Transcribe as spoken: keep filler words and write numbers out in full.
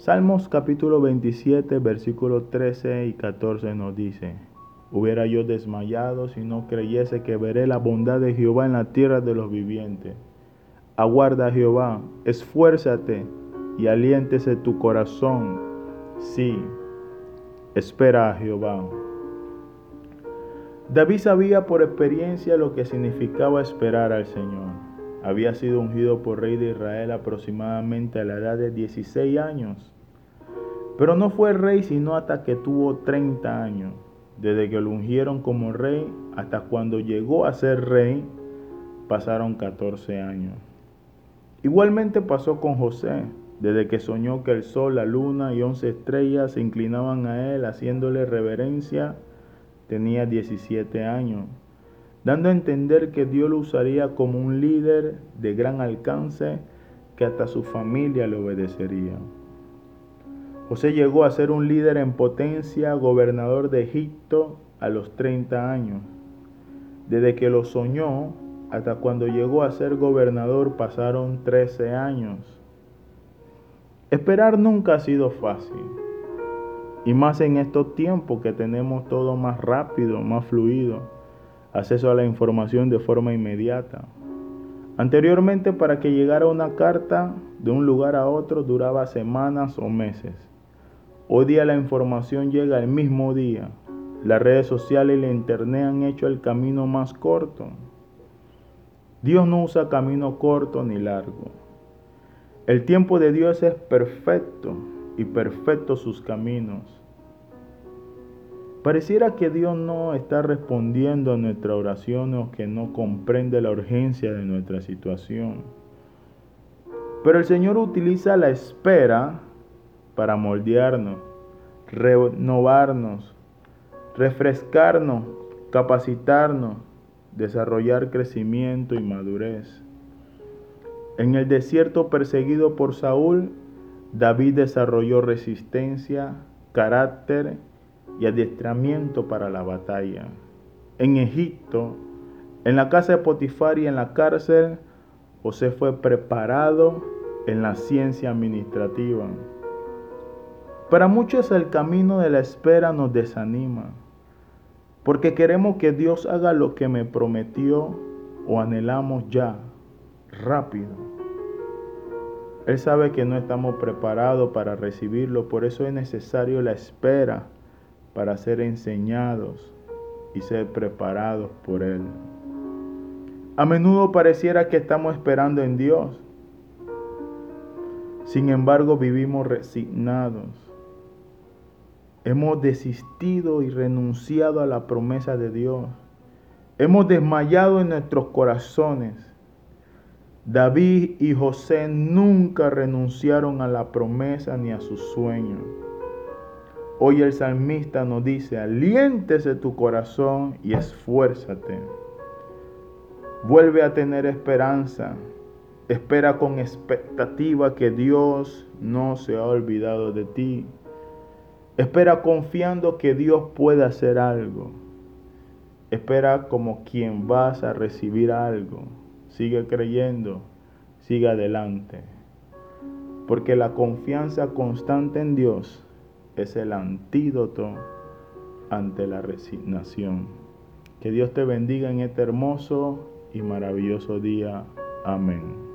Salmos capítulo veintisiete, versículos trece y catorce nos dice: Hubiera yo desmayado si no creyese que veré la bondad de Jehová en la tierra de los vivientes. Aguarda a Jehová, esfuérzate y aliéntese tu corazón. Sí, espera a Jehová. David sabía por experiencia lo que significaba esperar al Señor. Había sido ungido por rey de Israel aproximadamente a la edad de dieciséis años. Pero no fue rey sino hasta que tuvo treinta años. Desde que lo ungieron como rey hasta cuando llegó a ser rey, pasaron catorce años. Igualmente pasó con José, desde que soñó que el sol, la luna y once estrellas se inclinaban a él haciéndole reverencia, tenía diecisiete años, dando a entender que Dios lo usaría como un líder de gran alcance que hasta su familia le obedecería. José llegó a ser un líder en potencia, gobernador de Egipto a los treinta años. Desde que lo soñó hasta cuando llegó a ser gobernador pasaron trece años. Esperar nunca ha sido fácil, y más en estos tiempos que tenemos todo más rápido, más fluido, acceso a la información de forma inmediata. Anteriormente, para que llegara una carta de un lugar a otro duraba semanas o meses. Hoy día la información llega el mismo día. Las redes sociales y la internet han hecho el camino más corto. Dios no usa camino corto ni largo. El tiempo de Dios es perfecto y perfectos sus caminos. Pareciera que Dios no está respondiendo a nuestra oración o que no comprende la urgencia de nuestra situación. Pero el Señor utiliza la espera para moldearnos, renovarnos, refrescarnos, capacitarnos, desarrollar crecimiento y madurez. En el desierto perseguido por Saúl, David desarrolló resistencia, carácter y adiestramiento para la batalla. En Egipto, en la casa de Potifar y en la cárcel, José fue preparado en la ciencia administrativa. Para muchos el camino de la espera nos desanima, porque queremos que Dios haga lo que me prometió o anhelamos ya, rápido. Él sabe que no estamos preparados para recibirlo, por eso es necesario la espera para ser enseñados y ser preparados por Él. A menudo pareciera que estamos esperando en Dios. Sin embargo, vivimos resignados. Hemos desistido y renunciado a la promesa de Dios. Hemos desmayado en nuestros corazones. David y José nunca renunciaron a la promesa ni a sus sueños. Hoy el salmista nos dice: aliéntese tu corazón y esfuérzate. Vuelve a tener esperanza. Espera con expectativa que Dios no se ha olvidado de ti. Espera confiando que Dios puede hacer algo. Espera como quien vas a recibir algo. Sigue creyendo, sigue adelante. Porque la confianza constante en Dios es el antídoto ante la resignación. Que Dios te bendiga en este hermoso y maravilloso día. Amén.